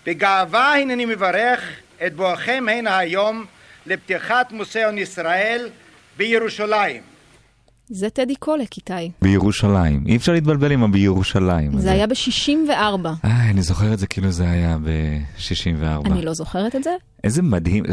בגאווה הנני מברך את בואכם הנה היום לפתיחת מוזיאון ישראל בירושלים. זה טדי קולק, איתי. בירושלים. אי אפשר להתבלבל עם בירושלים. זה היה ב-64. אני זוכר את זה כאילו זה היה ב-64. אני לא זוכרת את זה. איזה מדהים.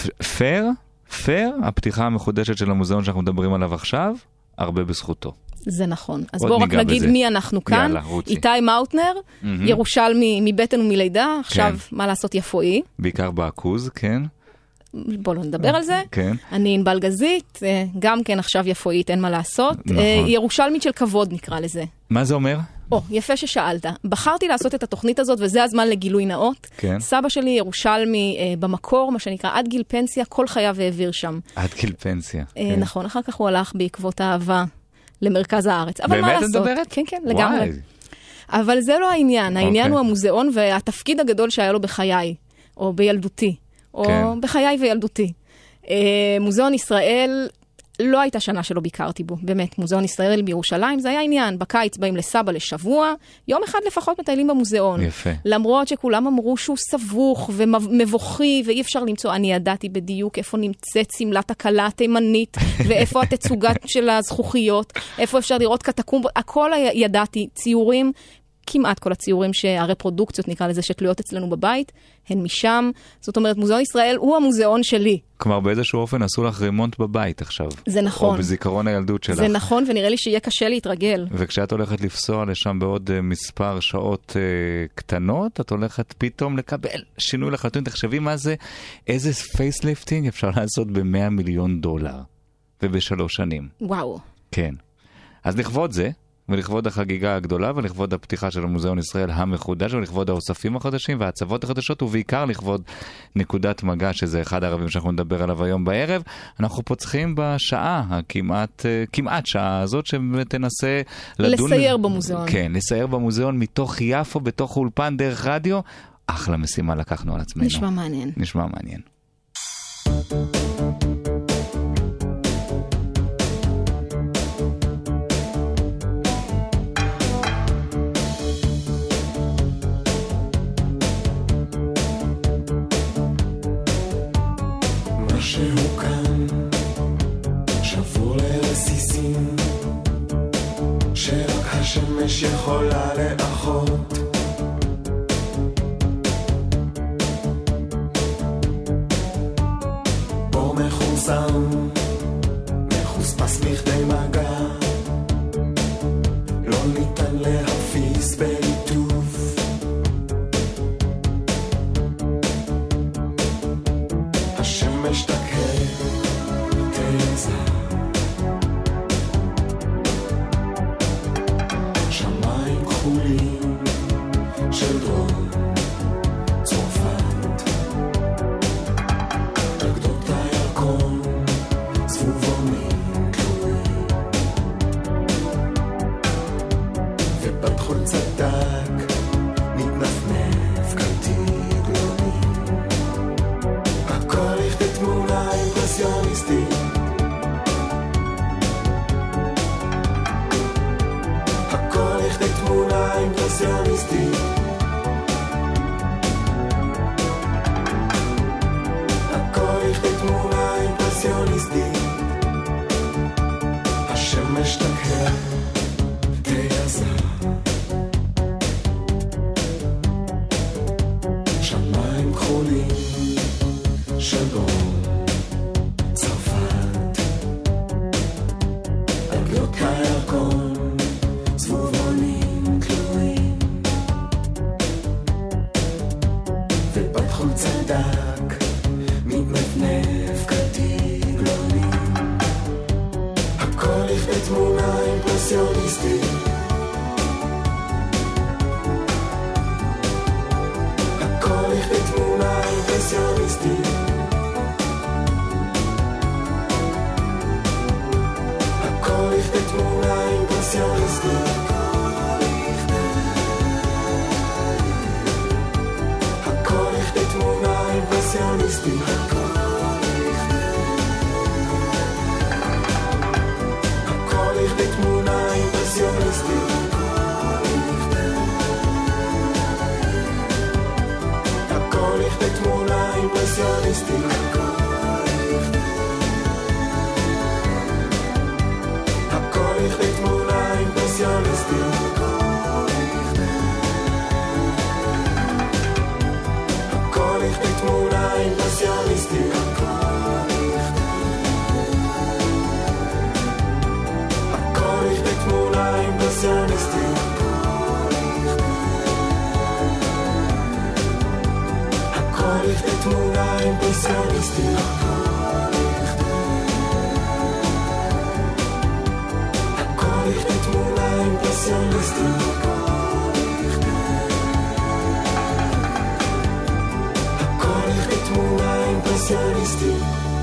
פייר, הפתיחה המחודשת של המוזיאון שאנחנו מדברים עליו עכשיו, הרבה בזכותו. זה נכון. אז בואו רק נגיד מי אנחנו כאן. יאללה, רוצי. איתי מאוטנר, ירושלמי מבטן ומלידה, עכשיו מה לעשות יפואי. בעיקר בעכוז, כן. בואו לא נדבר על זה. כן. אני ענבל גזית, גם כן עכשיו יפואית, אין מה לעשות. נכון. ירושלמית של כבוד נקרא לזה. מה זה אומר? יפה ששאלת. בחרתי לעשות את התוכנית הזאת, וזה הזמן לגילוי נאות. כן. סבא שלי ירושלמי במקור, מה שנקרא, עד גיל פנסיה, כל חייו העביר שם. עד גיל פנסיה. כן. נכון, אחר כך הוא הלך בעקבות האהבה למרכז הארץ. אבל מה באמת לעשות? מדברת? כן, כן, לגמרי. אבל זה לא העניין. העניין הוא המוזיאון והתפקיד הגדול שהיה לו בחיי, או בילדותי, או בחיי וילדותי. מוזיאון ישראל לא הייתה שנה שלא ביקרתי בו, באמת, מוזיאון ישראל בירושלים, זה היה עניין, בקיץ באים לסבא לשבוע, יום אחד לפחות מטיילים במוזיאון. יפה. למרות שכולם אמרו שהוא סבוך ומבוכי, ואי אפשר למצוא, אני ידעתי בדיוק איפה נמצאת סמלת הקלה התימנית, ואיפה התצוגת של הזכוכיות, איפה אפשר לראות קטקומבות, הכל ידעתי, ציורים, כמעט כל הציורים שהרפרודוקציות נקרא לזה שתלויות אצלנו בבית, הן משם. זאת אומרת, מוזיאון ישראל הוא המוזיאון שלי. כלומר, באיזשהו אופן עשו לך רימונט בבית עכשיו. זה נכון. או בזיכרון הילדות שלך. זה נכון, ונראה לי שיהיה קשה להתרגל. וכשאת הולכת לפסוע לשם בעוד מספר שעות קטנות, את הולכת פתאום לקבל שינוי לחלוטין. תחשבי מה זה, איזה פייסליפטינג אפשר לעשות ב$100 מיליון וב3 שנים. וואו. כן. אז לכבוד זה, ולכבוד החגיגה הגדולה, ולכבוד הפתיחה של המוזיאון ישראל המחודש, ולכבוד האוספים החדשים וההצבות החדשות, ובעיקר לכבוד נקודת מגע, שזה אחד הערבים שאנחנו נדבר עליו היום בערב, אנחנו פוצחים בשעה, כמעט שעה הזאת, שתנסה לדון... לסייר במוזיאון. כן, לסייר במוזיאון מתוך יפו, בתוך אולפן, דרך רדיו. אחלה משימה לקחנו על עצמנו. נשמע מעניין. נשמע מעניין. שהוא כאן שבור לרסיסים שרק השמש יכולה לאחות אור מחוסם מחוספס לכדי מגע לא ניתן להפיס בעיטוף השמש תקהה תזה שמיים כחולים של דרום צרפת על גדות הירקון צבובונים תלויים ובדחול צדק מתנפנף קלטיגלונים הכל לכדי תמונה אימפרסיוניסטית הכל לכדי תמונה אימפרסיוניסטית הכל לכדי תמונה אימפרסיוניסטית השמש תקהה תייזה שמיים כחולים של דרום צרפת על גדות הירקון צבובונים תלויים ובדחול צדק מתנפנף קטיגלונים הכל לכדי תמונה אימפרסיוניסטית הכל לכדי תמונה אימפרסיוניסטית הכל לכדי תמונה אימפרסיוניסטית הכל לכדי תמונה אימפרסיוניסטית הכל לכדי תמונה אימפרסיוניסטית הכל לכדי תמונה אימפרסיוניסטית. הכל לכדי תמונה אימפרסיוניסטית. הכל לכדי תמונה אימפרסיוניסטית. הכל לכדי תמונה אימפרסיוניסטית. הכל לכדי תמונה אימפרסיוניסטית. הכל לכדי תמונה אימפרסיוניסטית. הכל לכדי תמונה אימפרסיוניסטית.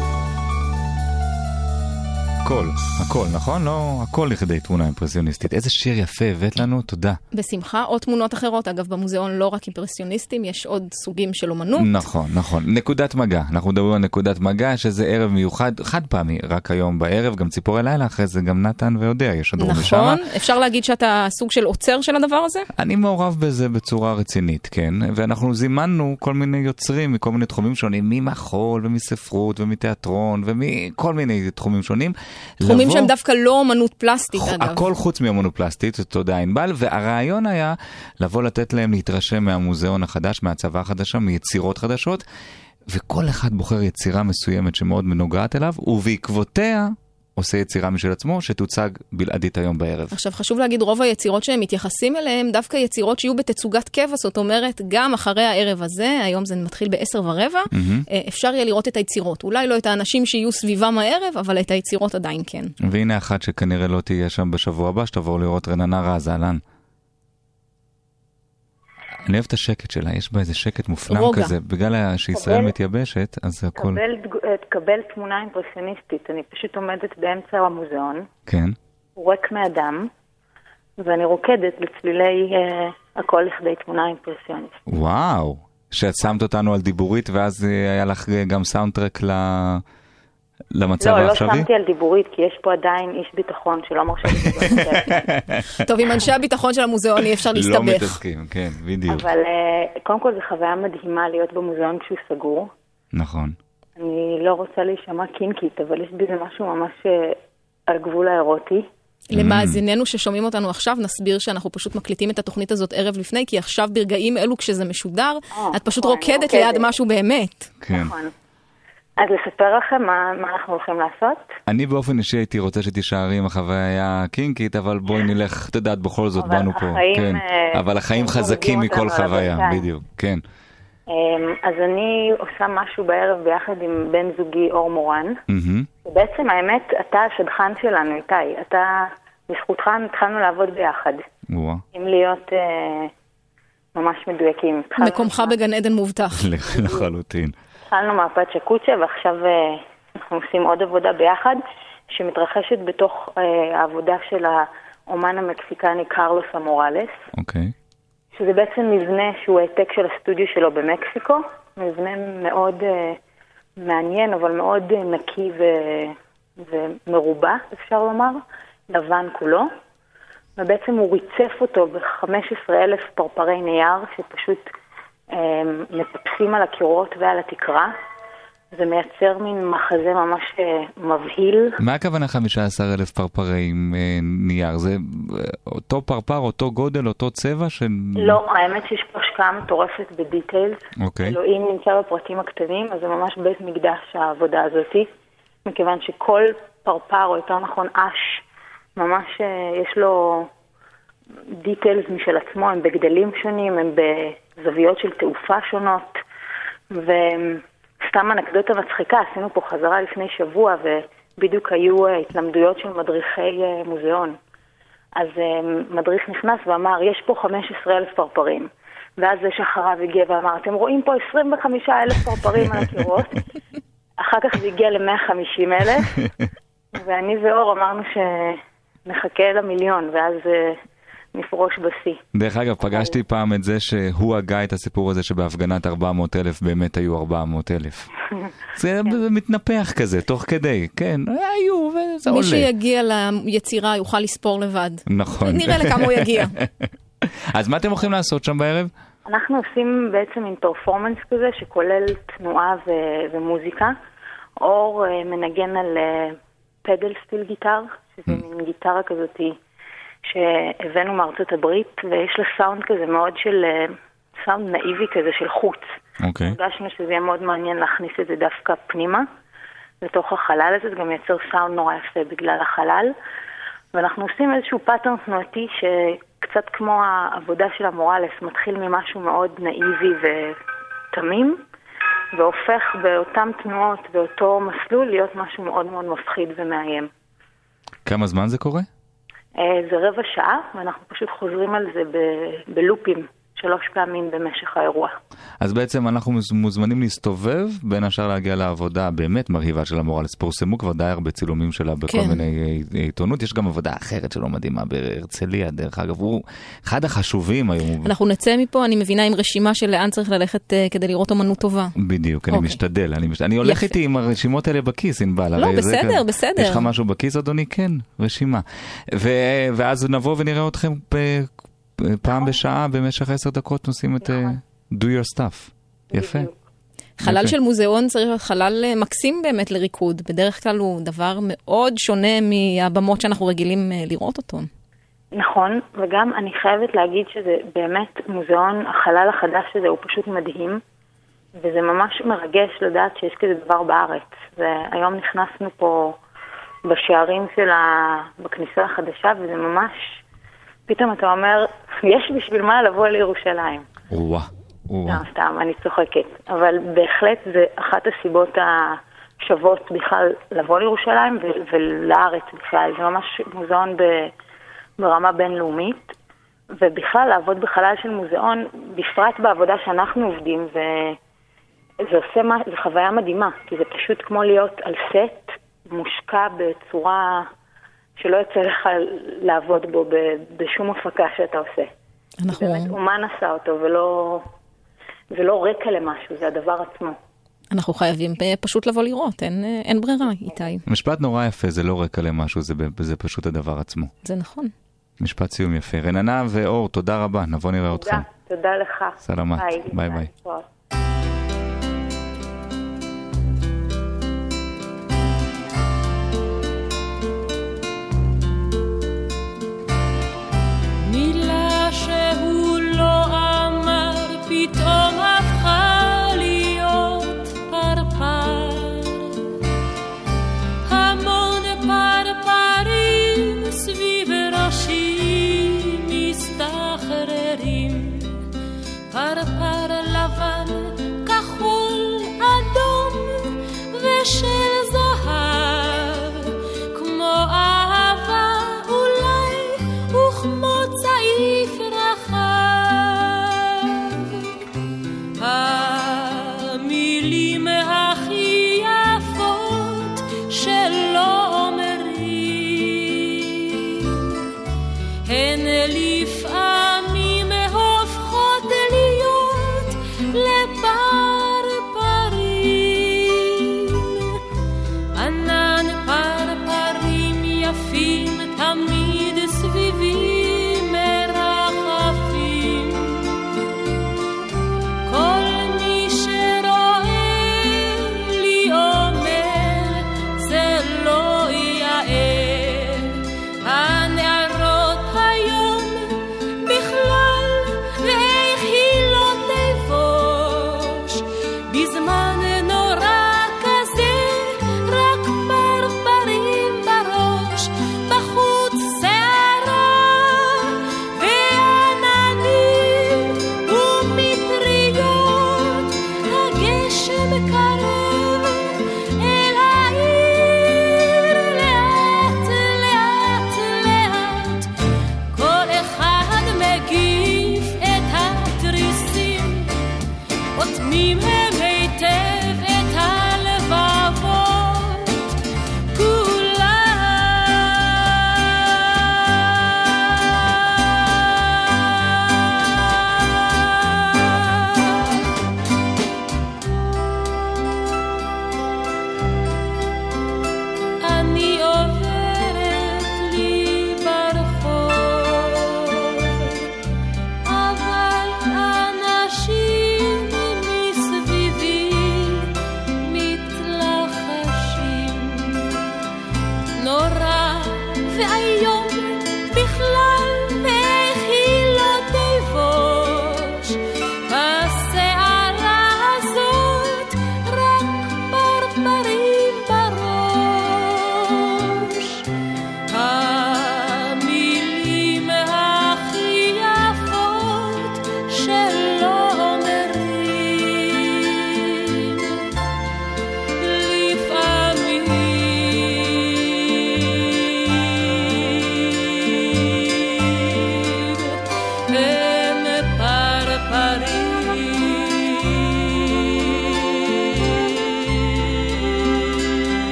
הכל, נכון? לא, הכל לכדי תמונה אימפרסיוניסטית. איזה שיר יפה הבאת לנו, תודה. בשמחה, או תמונות אחרות. אגב, במוזיאון לא רק אימפרסיוניסטים, יש עוד סוגים של אומנות. נכון. נקודת מגע. אנחנו מדברים על נקודת מגע, שזה ערב מיוחד, חד פעמי, רק היום בערב, גם ציפורי לילה, אחרי זה גם נתן ויודע, יש הדור משם. נכון, אפשר להגיד שאתה סוג של עוצר של הדבר הזה? אני מעורב בזה בצורה רצינית, כן. ואנחנו זימנו כל מיני יוצרים מכל מיני תחומים שונים, ממחול ומספרות ומתיאטרון ומכל מיני תחומים שונים. תחומים שהם דווקא לא אומנות פלסטית, אגב. הכל חוץ מאומנות פלסטית, תודה ענבל, והרעיון היה לבוא לתת להם להתרשם מהמוזיאון החדש, מהצבא החדשה, מיצירות חדשות, וכל אחד בוחר יצירה מסוימת שמאוד מנוגעת אליו, ובעקבותיה עושה יצירה משל עצמו, שתוצג בלעדית היום בערב. עכשיו, חשוב להגיד, רוב היצירות שהם מתייחסים אליהם, דווקא יצירות שיהיו בתצוגת קבע, זאת אומרת, גם אחרי הערב הזה, היום זה מתחיל ב10:15, אפשר יהיה לראות את היצירות. אולי לא את האנשים שיהיו סביבם הערב, אבל את היצירות עדיין כן. והנה אחת שכנראה לא תהיה שם בשבוע הבא, שתבואו לראות רננה רז, אהלן. אני אוהב את השקט שלה, יש בה איזה שקט מופנם כזה, בגלל שישראל מתייבשת, אז הכל... תקבל תמונה אימפרסיוניסטית, אני פשוט עומדת באמצע המוזיאון, כן. הוא ריק מאדם, ואני רוקדת לצלילי הכל לכדי תמונה אימפרסיוניסטית. וואו, שאת שמת אותנו על דיבורית, ואז היה לך גם סאונדטרק למצב העכשווי? לא שמתי על דיבורית, כי יש פה עדיין איש ביטחון שלא מרשה לי. טוב, עם אנשי הביטחון של המוזיאון אי אפשר להסתבך. לא מתעסקים, כן, בדיוק. אבל קודם כל זו חוויה מדהימה להיות במוזיאון כשהוא סגור. נכון. אני לא רוצה להישמע קינקית, אבל יש בזה משהו ממש על גבול האירוטי. למאזיננו ששומעים אותנו עכשיו, נסביר שאנחנו פשוט מקליטים את התוכנית הזאת ערב לפני, כי עכשיו ברגעים אלו כשזה משודר, את פשוט רוקדת ליד משהו באמת. כן. נכון. אז לספר לכם מה אנחנו הולכים לעשות? אני באופן אישי הייתי רוצה שתישארי עם החוויה קינקית, אבל בואי נלך, תדעת בכל זאת באנו פה. כן. אבל החיים חזקים מכל חוויה, בדיוק, כן. אז אני עושה משהו בערב ביחד עם בן זוגי אור מורן. ובעצם האמת, אתה השדכן שלנו, איתי. אתה, בזכותך התחלנו לעבוד ביחד. אם להיות ממש מדויקים. מקומך בגן עדן מובטח. לחלוטין. התחלנו מהפת שקוצ'ה, ועכשיו אנחנו עושים עוד עבודה ביחד, שמתרחשת בתוך העבודה של האומן המקסיקני קרלוס אמורלס. אוקיי. שזה בעצם מבנה שהוא העתק של הסטודיו שלו במקסיקו. מבנה מאוד מעניין, אבל מאוד נקי ומרובע, אפשר לומר, לבן כולו. ובעצם הוא ריצף אותו ב-15,000 פרפרי נייר, שפשוט מטפסים על הקירות ועל התקרה. זה מייצר מין מחזה ממש מבהיל. מה הכוונה 15,000 פרפרי נייר? זה אותו פרפר, אותו גודל, אותו צבע? לא, האמת שיש פה השקעה מטורפת בדיטיילס. אוקיי. אלוהים נמצא בפרטים הקטנים, אז זה ממש בית מקדש העבודה הזאת, מכיוון שכל פרפר, או יותר נכון אש, ממש יש לו דיטיילס משל עצמו, הם בגדלים שונים, הם בזוויות של תעופה שונות, וסתם אנקדוטה מצחיקה, עשינו פה חזרה לפני שבוע, ובדיוק היו התלמדויות של מדריכי מוזיאון. אז מדריך נכנס ואמר, יש פה 15,000 פרפרים. ואז זה שאחריו הגיע ואמר, אתם רואים פה 25,000 פרפרים על הקירות. אחר כך זה הגיע ל150,000, ואני ואור אמרנו שנחכה למיליון, ואז נפרוש בסי. דרך אגב, פגשתי פעם את זה שהוא הגה את הסיפור הזה שבהפגנת 400,000 באמת היו 400,000. זה מתנפח כזה, תוך כדי, כן, היו, וזה עולה. מי שיגיע ליצירה יוכל לספור לבד. נכון. נראה לכמה הוא יגיע. אז מה אתם הולכים לעשות שם בערב? אנחנו עושים בעצם עם פרפורמנס כזה שכולל תנועה ומוזיקה. אור מנגן על פדל סטיל גיטר, שזה מין גיטרה כזאת שהבאנו מארצות הברית, ויש לה סאונד כזה מאוד של, סאונד נאיבי כזה של חוץ. אוקיי. הרגשנו שזה יהיה מאוד מעניין להכניס את זה דווקא פנימה, לתוך החלל הזה, זה גם יצר סאונד נורא יפה בגלל החלל, ואנחנו עושים איזשהו פאטרן תנועתי שקצת כמו העבודה של המורלס, מתחיל ממשהו מאוד נאיבי ותמים, והופך באותם תנועות, באותו מסלול, להיות משהו מאוד מאוד מפחיד ומאיים. כמה זמן זה קורה? זה רבע שעה, ואנחנו פשוט חוזרים על זה בלופים, 3 פעמים במשך האירוע. אז בעצם אנחנו מוזמנים להסתובב, בין השאר להגיע לעבודה באמת מרהיבה של המורלס. פורסמו כבר די הרבה צילומים שלה בכל מיני עיתונות. יש גם עבודה אחרת שלא מדהימה בהרצליה, דרך אגב. הוא אחד החשובים היום. אנחנו נצא מפה, אני מבינה, עם רשימה של לאן צריך ללכת כדי לראות אומנות טובה. בדיוק, אני משתדל. אני הולך איתי עם הרשימות האלה בכיס, אינבל. לא, בסדר, בסדר. יש לך משהו בכיס, אדוני? כן, רשימה. ואז נבוא ונראה אתכם פעם בשעה, במשך 10 דקות נוסעים את do your stuff. יפה. חלל של מוזיאון צריך להיות חלל מקסים באמת לריקוד. בדרך כלל הוא דבר מאוד שונה מהבמות שאנחנו רגילים לראות אותו. נכון, וגם אני חייבת להגיד שזה באמת מוזיאון, החלל החדש הזה הוא פשוט מדהים, וזה ממש מרגש לדעת שיש כזה דבר בארץ. והיום נכנסנו פה בשערים בכניסה החדשה, וזה ממש... פתאום אתה אומר, יש בשביל מה לבוא לירושלים. לא, סתם, אני צוחקת. אבל בהחלט זה אחת הסיבות השוות בכלל לבוא לירושלים ולארץ בכלל. זה ממש מוזיאון ברמה בינלאומית. ובכלל לעבוד בחלל של מוזיאון, בפרט בעבודה שאנחנו עובדים, זה חוויה מדהימה. כי זה פשוט כמו להיות על סט, מושקע בצורה... שלא יוצא לך לעבוד בו בשום הפקה שאתה עושה. באמת אומן עשה אותו, ולא רקע למשהו, זה הדבר עצמו. אנחנו חייבים פשוט לבוא לראות, אין ברירה, איתי. משפט נורא יפה, זה לא רקע למשהו, זה פשוט הדבר עצמו. זה נכון. משפט סיום יפה. רננה ואור, תודה רבה, נבוא נראה אתכם. תודה לך. סלמת, ביי ביי. פתאום הפכה להיות פרפר, המון פרפרים סביב ראשי מסתחררים, פרפר לבן, כחול, אדום ושל זהב, כמו אהבה אולי וכמו צעיף רחב. המילים הכי יפות שלא אומרים הן לפעמים הופכות להיות לפרפרים, ענן פרפרים יפים תמיד סביבי מרחפים,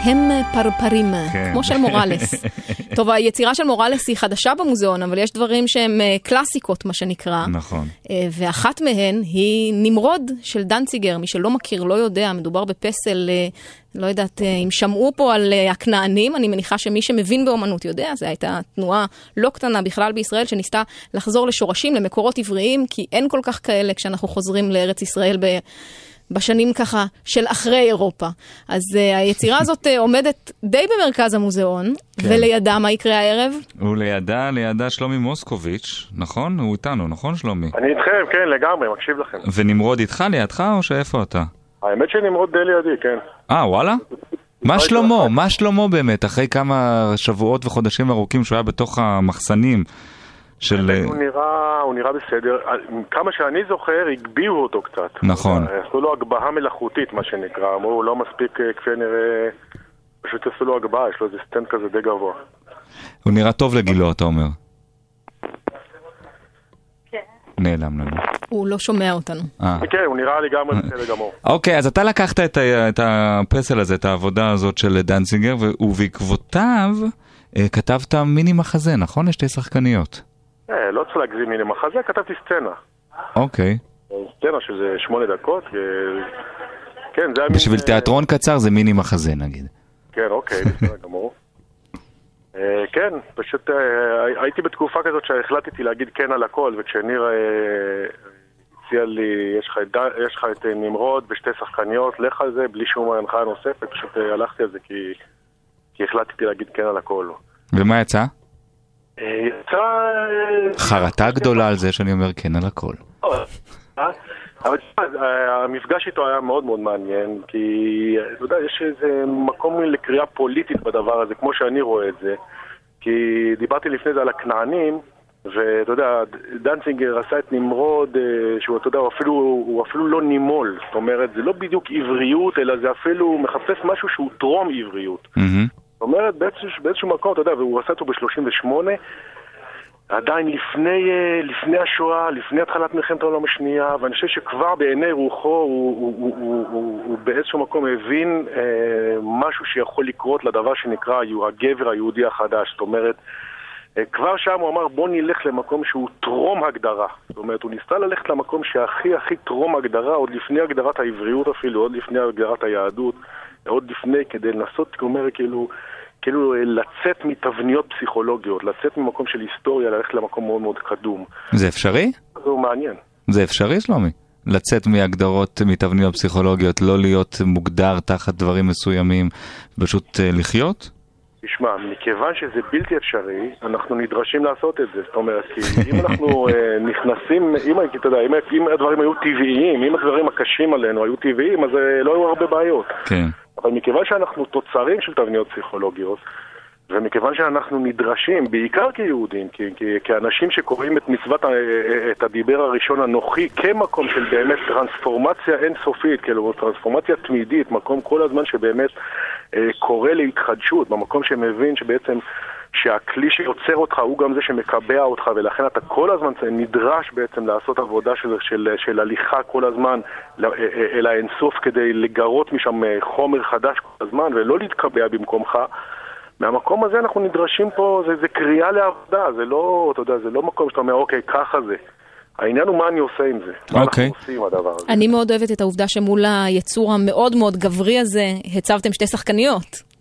והם פרפרים, כמו של מורלס. טוב, היצירה של מורלס היא חדשה במוזיאון, אבל יש דברים שהם קלאסיקות, מה שנקרא. נכון. ואחת מהן היא נמרוד של דנציגר, מי שלא מכיר, לא יודע, מדובר בפסל, לא יודעת, אם שמעו פה על הכנענים, אני מניחה שמי שמבין באומנות יודע, זו הייתה תנועה לא קטנה בכלל בישראל, שניסתה לחזור לשורשים, למקורות עבריים, כי אין כל כך כאלה כשאנחנו חוזרים לארץ ישראל בשנים ככה של אחרי אירופה. אז היצירה הזאת עומדת די במרכז המוזיאון, ולידה מה יקרה הערב? לידה שלומי מוסקוביץ', נכון? הוא איתנו, נכון שלומי? אני איתכם, כן, לגמרי, מקשיב לכם. ונמרוד איתך לידך או שאיפה אתה? האמת שנמרוד די לידי, כן. וואלה? מה שלמה? מה שלמה באמת? אחרי כמה שבועות וחודשים ארוכים שהוא היה בתוך המחסנים של... הוא נראה בסדר. כמה שאני זוכר, הגביהו אותו קצת. נכון. עשו לו הגבהה מלאכותית, מה שנקרא. אמרו, הוא לא מספיק כפי נראה... פשוט עשו לו הגבהה, יש לו איזה סטנד כזה די גבוה. הוא נראה טוב לגילו, אתה אומר. נעלם לנו. הוא לא שומע אותנו. כן, הוא נראה לי גם בסדר גמור. אוקיי, אז אתה לקחת את הפסל הזה, את העבודה הזאת של דנציגר, ובעקבותיו כתבת מיני מחזה, נכון? לשתי שחקניות. לא צריך להגזים מיני מחזה, כתבתי סצנה. אוקיי. סצנה שזה 8 דקות. כן, זה היה... בשביל תיאטרון קצר זה מיני מחזה, נגיד. כן, אוקיי, בסדר גמור. כן, פשוט הייתי בתקופה כזאת שהחלטתי להגיד כן על הכל, וכשניר הציע לי, יש לך את נמרוד בשתי שחקניות, לך על זה בלי שום הנחיה נוספת, פשוט הלכתי על זה כי החלטתי להגיד כן על הכל. ומה יצא? יצא... חרטה גדולה על זה שאני אומר כן על הכל. אבל המפגש איתו היה מאוד מאוד מעניין, כי אתה יודע, יש איזה מקום לקריאה פוליטית בדבר הזה, כמו שאני רואה את זה, כי דיברתי לפני זה על הכנענים, ואתה יודע, דנציגר עשה את נמרוד, שהוא, אתה יודע, הוא אפילו לא נימול, זאת אומרת, זה לא בדיוק עבריות, אלא זה אפילו מחפש משהו שהוא טרום עבריות. זאת אומרת, באיזשהו מקום, אתה יודע, והוא עשה אותו ב-38, עדיין לפני השואה, לפני התחלת מלחמת העולם השנייה, ואני חושב שכבר בעיני רוחו הוא באיזשהו מקום הבין משהו שיכול לקרות לדבר שנקרא הגבר היהודי החדש. זאת אומרת, כבר שם הוא אמר בוא נלך למקום שהוא טרום הגדרה. זאת אומרת, הוא ניסה ללכת למקום שהכי טרום הגדרה, עוד לפני הגדרת העבריות אפילו, עוד לפני הגדרת היהדות, עוד לפני, כדי לנסות, אומר, כאילו לצאת מתבניות פסיכולוגיות, לצאת ממקום של היסטוריה, ללכת למקום מאוד מאוד קדום. זה אפשרי? זה מעניין. זה אפשרי, שלומי? לצאת מהגדרות, מתבניות פסיכולוגיות, לא להיות מוגדר תחת דברים מסוימים, פשוט לחיות? תשמע, מכיוון שזה בלתי אפשרי, אנחנו נדרשים לעשות את זה. זאת אומרת, כי אם אנחנו נכנסים, אם הדברים היו טבעיים, אם הדברים הקשים עלינו היו טבעיים, אז לא היו הרבה בעיות. כן. אבל מכיוון שאנחנו תוצרים של תבניות פסיכולוגיות, ומכיוון שאנחנו נדרשים, בעיקר כיהודים, כאנשים שקוראים את מצוות, את הדיבר הראשון הנוחי, כמקום של באמת טרנספורמציה אינסופית, כאילו טרנספורמציה תמידית, מקום כל הזמן שבאמת קורא להתחדשות, במקום שמבין שבעצם שהכלי שיוצר אותך הוא גם זה שמקבע אותך, ולכן אתה כל הזמן נדרש בעצם לעשות עבודה של הליכה כל הזמן אל האינסוף כדי לגרות משם חומר חדש כל הזמן ולא להתקבע במקומך. מהמקום הזה אנחנו נדרשים פה, זה קריאה לעבודה, זה לא, אתה יודע, זה לא מקום שאתה אומר, אוקיי, ככה זה. העניין הוא מה אני עושה עם זה. מה אנחנו עושים הדבר הזה. אני מאוד אוהבת את העובדה שמול היצור המאוד מאוד גברי הזה, הצבתם שתי שחקניות.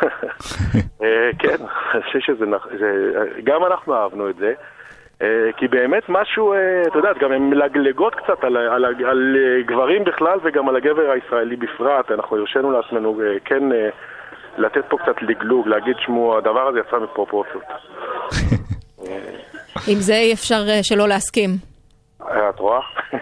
כן, אני חושב שזה, גם אנחנו אהבנו את זה, כי באמת משהו, אתה יודע, גם הן מלגלגות קצת על גברים בכלל וגם על הגבר הישראלי בפרט. אנחנו הרשינו לעצמנו, כן, לתת פה קצת לגלוג, להגיד שמו, הדבר הזה יצא מפרופורציות. עם זה אי אפשר שלא להסכים. את רואה?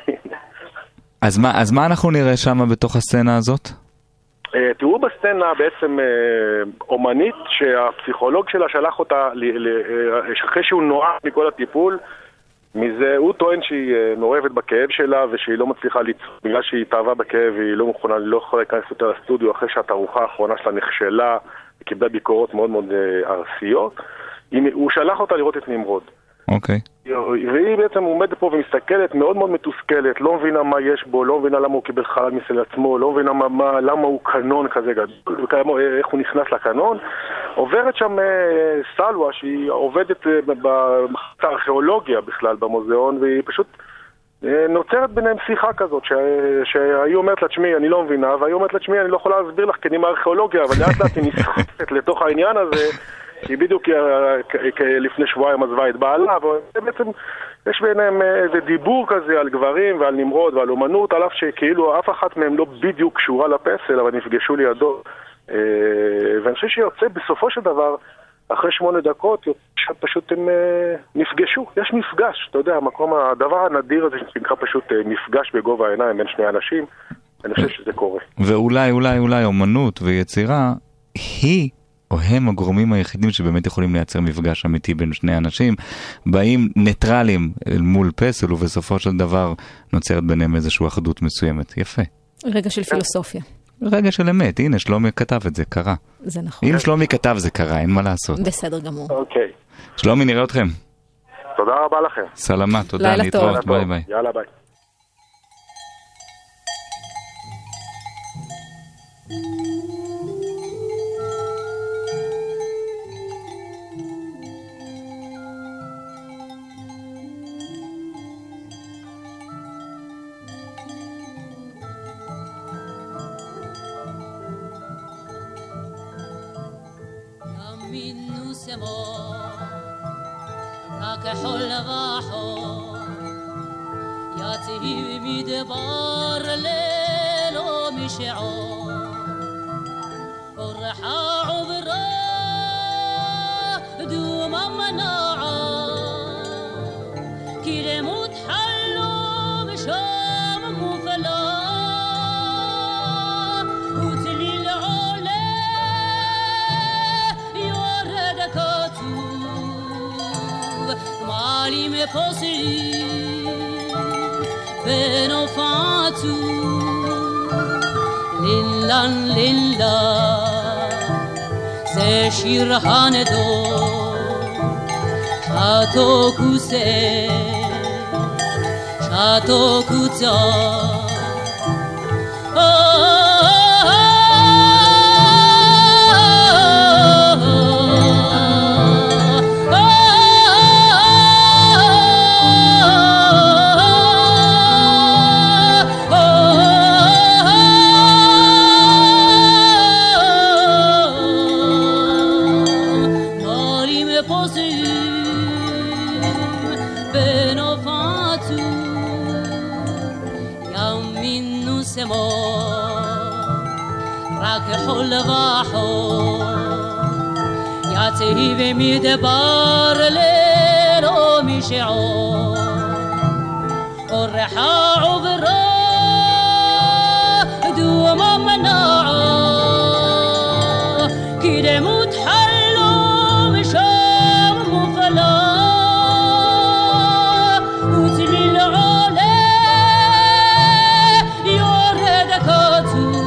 אז מה אנחנו נראה שם בתוך הסצנה הזאת? תראו בסצנה בעצם אומנית שהפסיכולוג שלה שלח אותה אחרי שהוא נועד מכל הטיפול מזה, הוא טוען שהיא מעורבת בכאב שלה ושהיא לא מצליחה ליצור בגלל שהיא התאהבה בכאב והיא לא יכולה להיכנס יותר לסטודיו אחרי שהתערוכה האחרונה שלה נכשלה וקיבלה ביקורות מאוד מאוד ארסיות. הוא שלח אותה לראות את נמרוד. אוקיי. והיא בעצם עומדת פה ומסתכלת מאוד מאוד מתוסכלת, לא מבינה מה יש בו, לא מבינה למה הוא קיבל חלל מסל עצמו, לא מבינה למה הוא קנון כזה גדול, איך הוא נכנס לקנון. עוברת שם סלווה שהיא עובדת במחלקת הארכיאולוגיה בכלל במוזיאון, והיא פשוט נוצרת ביניהם שיחה כזאת, שהיא אומרת לעצמי, אני לא מבינה, והיא אומרת לעצמי, אני לא יכולה להסביר לך כי אני מהארכיאולוגיה, אבל לאט לאט היא נסחפת לתוך העניין הזה, כי בדיוק לפני שבועיים עזבה את בעלה, ובעצם יש ביניהם איזה דיבור כזה על גברים ועל נמרוד ועל אומנות, על אף שכאילו אף אחת מהם לא בדיוק קשורה לפסל, אבל נפגשו לידו. ואני חושב שיוצא בסופו של דבר, אחרי 8 דקות, פשוט הם נפגשו. יש מפגש, אתה יודע, הדבר הנדיר הזה שנקרא פשוט מפגש בגובה העיניים בין שני אנשים, אני חושב שזה קורה. ואולי אומנות ויצירה היא או הם הגורמים היחידים שבאמת יכולים לייצר מפגש אמיתי בין שני אנשים, באים ניטרלים אל מול פסל, ובסופו של דבר נוצרת ביניהם איזושהי אחדות מסוימת. יפה. רגע של פילוסופיה. רגע של אמת. הנה, שלומי כתב את זה, קרה. זה נכון. אם שלומי כתב זה קרה, אין מה לעשות. בסדר גמור. אוקיי. שלומי, נראה אתכם. תודה רבה לכם. סלמה, תודה, להתראות. ביי ביי. יאללה, ביי. כחול וחור יצאי מדבר ללא משעור אורחה עוברה דומה מנעה כי למות חלום שם מופלה וצליל עולה יורד כתוב Mali me posi benofatu lillan lilla ze shirhanedo shato kutza כחול וחור יצאי במדבר ללא משעור אורחה עוברה דומה מנעה כי למות חלום שם מופלה וצליל עולה יורד כתוב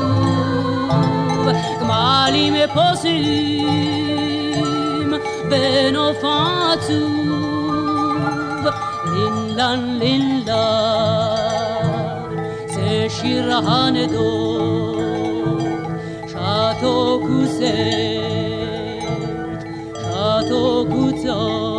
גמלים פוסעים בנופצוב לילן לילן זה שיר הנדור שתו כוסת שתו קוצות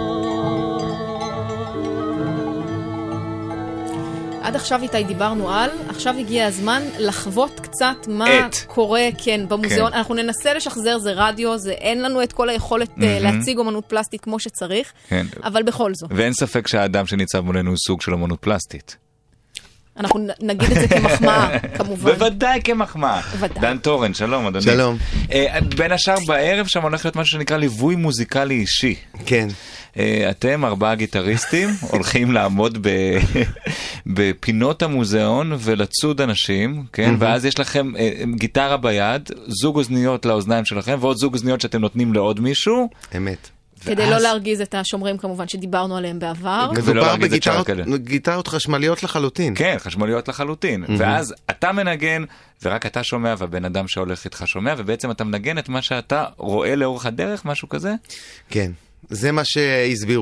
עד עכשיו איתי דיברנו על, עכשיו הגיע הזמן לחוות קצת מה קורה כן, במוזיאון. אנחנו ננסה לשחזר, זה רדיו, אין לנו את כל היכולת להציג אומנות פלסטית כמו שצריך, אבל בכל זאת. ואין ספק שהאדם שניצב מולנו הוא סוג של אומנות פלסטית. אנחנו נגיד את זה כמחמאה, כמובן. בוודאי כמחמאה. דן טורן, שלום אדוני. שלום. בין השאר בערב שם הולך להיות משהו שנקרא ליווי מוזיקלי אישי. כן. אתם 4 גיטריסטים הולכים לעמוד בפינות המוזיאון ולצוד אנשים, כן? ואז יש לכם גיטרה ביד, זוג אוזניות לאוזניים שלכם ועוד זוג אוזניות שאתם נותנים לעוד מישהו. אמת. כדי לא להרגיז את השומרים כמובן שדיברנו עליהם בעבר. מדובר בגיטרות חשמליות לחלוטין. כן, חשמליות לחלוטין. ואז אתה מנגן, ורק אתה שומע, והבן אדם שהולך איתך שומע, ובעצם אתה מנגן את מה שאתה רואה לאורך הדרך, משהו כזה? כן, זה מה שהסבירו לי.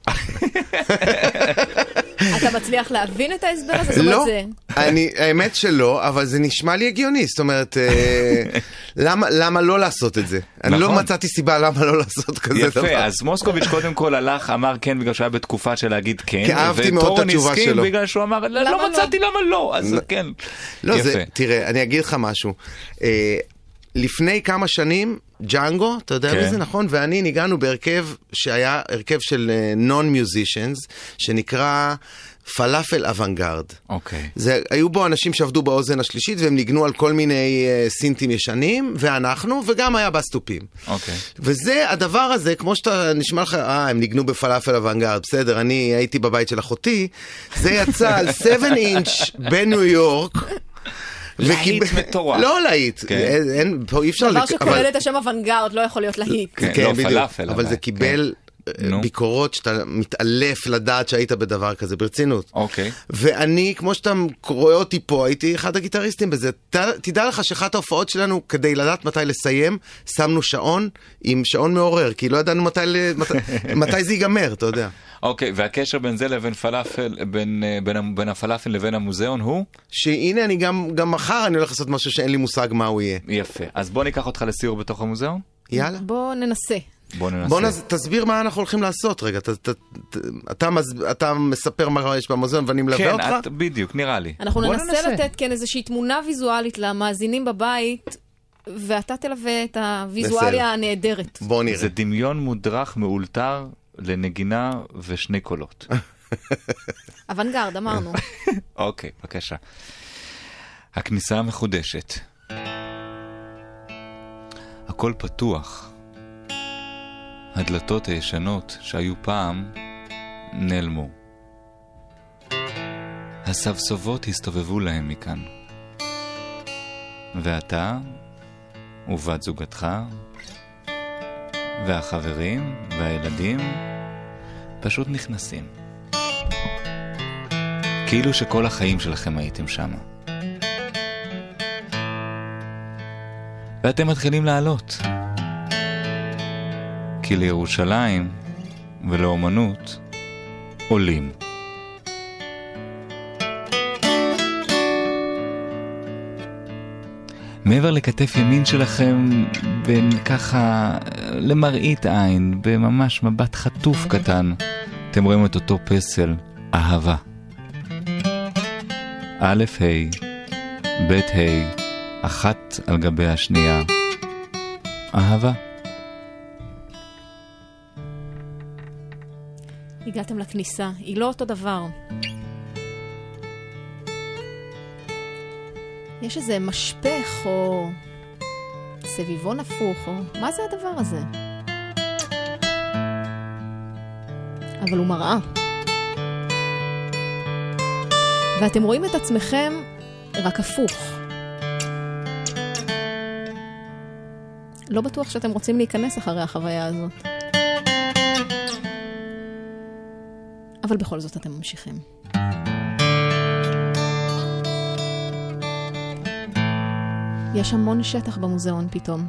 אתה מצליח להבין את ההסבר הזה? לא, האמת שלא, אבל זה נשמע לי הגיוני. זאת אומרת, למה לא לעשות את זה? אני לא מצאתי סיבה למה לא לעשות כזה דבר. יפה, אז מוסקוביץ' קודם כל הלך, אמר כן בגלל שהיה בתקופה של להגיד כן, כי אהבתי מאוד את התשובה שלו. בגלל שהוא אמר, לא מצאתי למה לא, אז כן. לא, תראה, אני אגיד לך משהו. לפני כמה שנים, ג'אנגו, אתה יודע מי זה נכון? ואני ניגענו בהרכב שהיה הרכב של non-musicians, שנקרא פלאפל אוונגרד. אוקיי. היו בו אנשים שעבדו באוזן השלישית, והם ניגנו על כל מיני סינטים ישנים, ואנחנו, וגם היה בסטופים. אוקיי. וזה, הדבר הזה, כמו שאתה נשמע לך, הם ניגנו בפלאפל אוונגרד, בסדר, אני הייתי בבית של אחותי, זה יצא על 7 אינץ' בניו יורק, להיט מטורף. לא להיט, פה אי אפשר... דבר שכולל את השם אוונגרד לא יכול להיות להיט. כן, בדיוק, אבל זה קיבל ביקורות שאתה מתעלף לדעת שהיית בדבר כזה, ברצינות. אוקיי. ואני, כמו שאתה רואה אותי פה, הייתי אחד הגיטריסטים בזה. תדע לך שאחת ההופעות שלנו, כדי לדעת מתי לסיים, שמנו שעון עם שעון מעורר, כי לא ידענו מתי זה ייגמר, אתה יודע. אוקיי, והקשר בין זה לבין פלאפל, בין הפלאפל לבין המוזיאון הוא? שהנה, אני גם מחר אני הולך לעשות משהו שאין לי מושג מה הוא יהיה. יפה. אז בוא ניקח אותך לסיור בתוך המוזיאון? יאללה. בוא ננסה. בוא תסביר מה אנחנו הולכים לעשות רגע. אתה מספר מה יש במוזיאון ואני מלווה אותך? כן, בדיוק, נראה לי. אנחנו ננסה לתת כן איזושהי תמונה ויזואלית למאזינים בבית, ואתה תלווה את הוויזואליה הנהדרת. בוא נראה. זה דמיון מודרך מאולתר לנגינה ושני קולות. אוונגרד, אמרנו. אוקיי, בבקשה. הכניסה המחודשת. הכל פתוח. הדלתות הישנות שהיו פעם נעלמו. הסבסובות הסתובבו להם מכאן. ואתה ובת זוגתך והחברים והילדים פשוט נכנסים. כאילו שכל החיים שלכם הייתם שם. ואתם מתחילים לעלות. כי לירושלים ולאומנות עולים. מעבר לכתף ימין שלכם, בין ככה למראית עין, בממש מבט חטוף קטן, אתם רואים את אותו פסל, אהבה. א' ה' ב' ה' אחת על גבי השנייה. אהבה. הגעתם לכניסה, היא לא אותו דבר. יש איזה משפך או סביבון הפוך, או מה זה הדבר הזה? אבל הוא מראה. ואתם רואים את עצמכם רק הפוך. לא בטוח שאתם רוצים להיכנס אחרי החוויה הזאת. אבל בכל זאת אתם ממשיכים. יש המון שטח במוזיאון פתאום.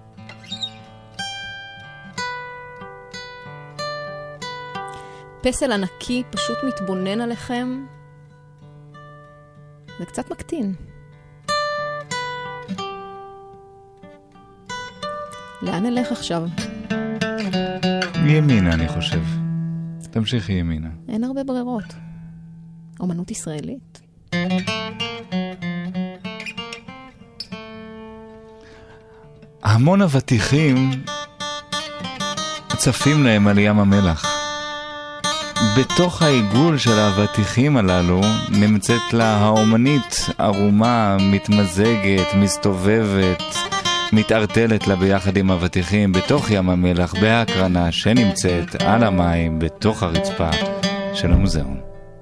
פסל ענקי פשוט מתבונן עליכם. זה קצת מקטין. לאן נלך עכשיו? ימינה, אני חושב. תמשיכי ימינה. אין הרבה ברירות. אומנות ישראלית. המון אבטיחים צפים להם על ים המלח. בתוך העיגול של האבטיחים הללו נמצאת לה האומנית ערומה, מתמזגת, מסתובבת, מתערטלת לה ביחד עם אבטיחים בתוך ים המלח בהקרנה שנמצאת על המים בתוך הרצפה של המוזיאון.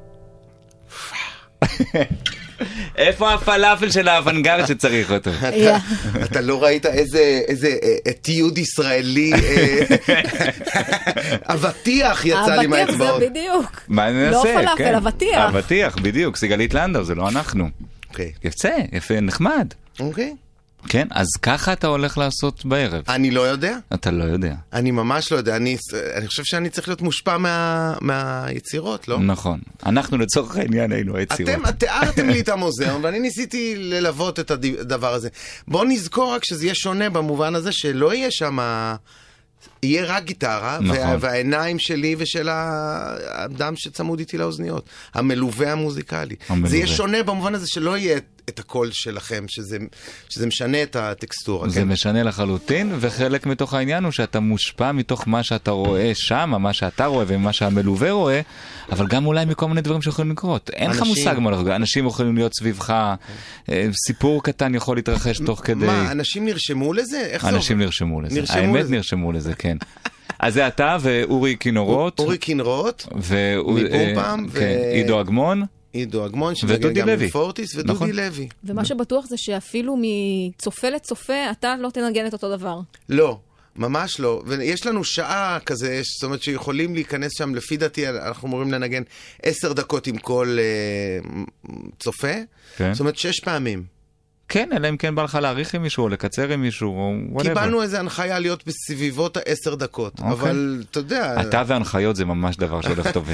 איפה הפלאפל של האוונגרד שצריך אותו? אתה לא ראית איזה תיעוד ישראלי אבטיח יצא לי מהאצבעות. אבטיח זה בדיוק. מה ננסה? לא פלאפל, אבטיח. אבטיח, בדיוק. סיגלית לנדאו, זה לא אנחנו. יפה, יפה, נחמד. אוקיי. כן, אז ככה אתה הולך לעשות בערב. אני לא יודע. אתה לא יודע. אני ממש לא יודע. אני חושב שאני צריך להיות מושפע מהיצירות, לא? נכון. אנחנו לצורך העניין היינו היצירות. אתם תיארתם לי את המוזיאון, ואני ניסיתי ללוות את הדבר הזה. בואו נזכור רק שזה יהיה שונה במובן הזה, שלא יהיה שם... יהיה רק גיטרה, נכון. והעיניים שלי ושל האדם שצמוד איתי לאוזניות. המלווה המוזיקלי. זה יהיה שונה במובן הזה שלא יהיה את הקול שלכם, שזה משנה את הטקסטורה. זה כן? משנה לחלוטין, וחלק מתוך העניין הוא שאתה מושפע מתוך מה שאתה רואה שם, מה שאתה רואה ומה שהמלווה רואה, אבל גם אולי מכל מיני דברים שיכולים לקרות. אין לך מושג מה לחגור. אנשים יכולים להיות סביבך, סיפור קטן יכול להתרחש תוך כדי... מה, אנשים נרשמו לזה? אנשים נרשמו לזה. האמת נרשמו לזה, כן. אז זה אתה ואורי כינורות. אורי כינורות. מבומפם. עידו אגמון. עידו אגמון, שמנגן גם עם פורטיס, ודודי לוי. ומה שבטוח זה שאפילו מצופה לצופה, אתה לא תנגן את אותו דבר. לא, ממש לא. ויש לנו שעה כזה, זאת אומרת שיכולים להיכנס שם, לפי דעתי, אנחנו אמורים לנגן 10 דקות עם כל צופה. זאת אומרת 6 פעמים. כן, אלא אם כן בא לך להאריך עם מישהו, או לקצר עם מישהו, או whatever. קיבלנו איזה הנחיה להיות בסביבות 10 דקות, אבל אתה יודע... אתה והנחיות זה ממש דבר שהולך טוב.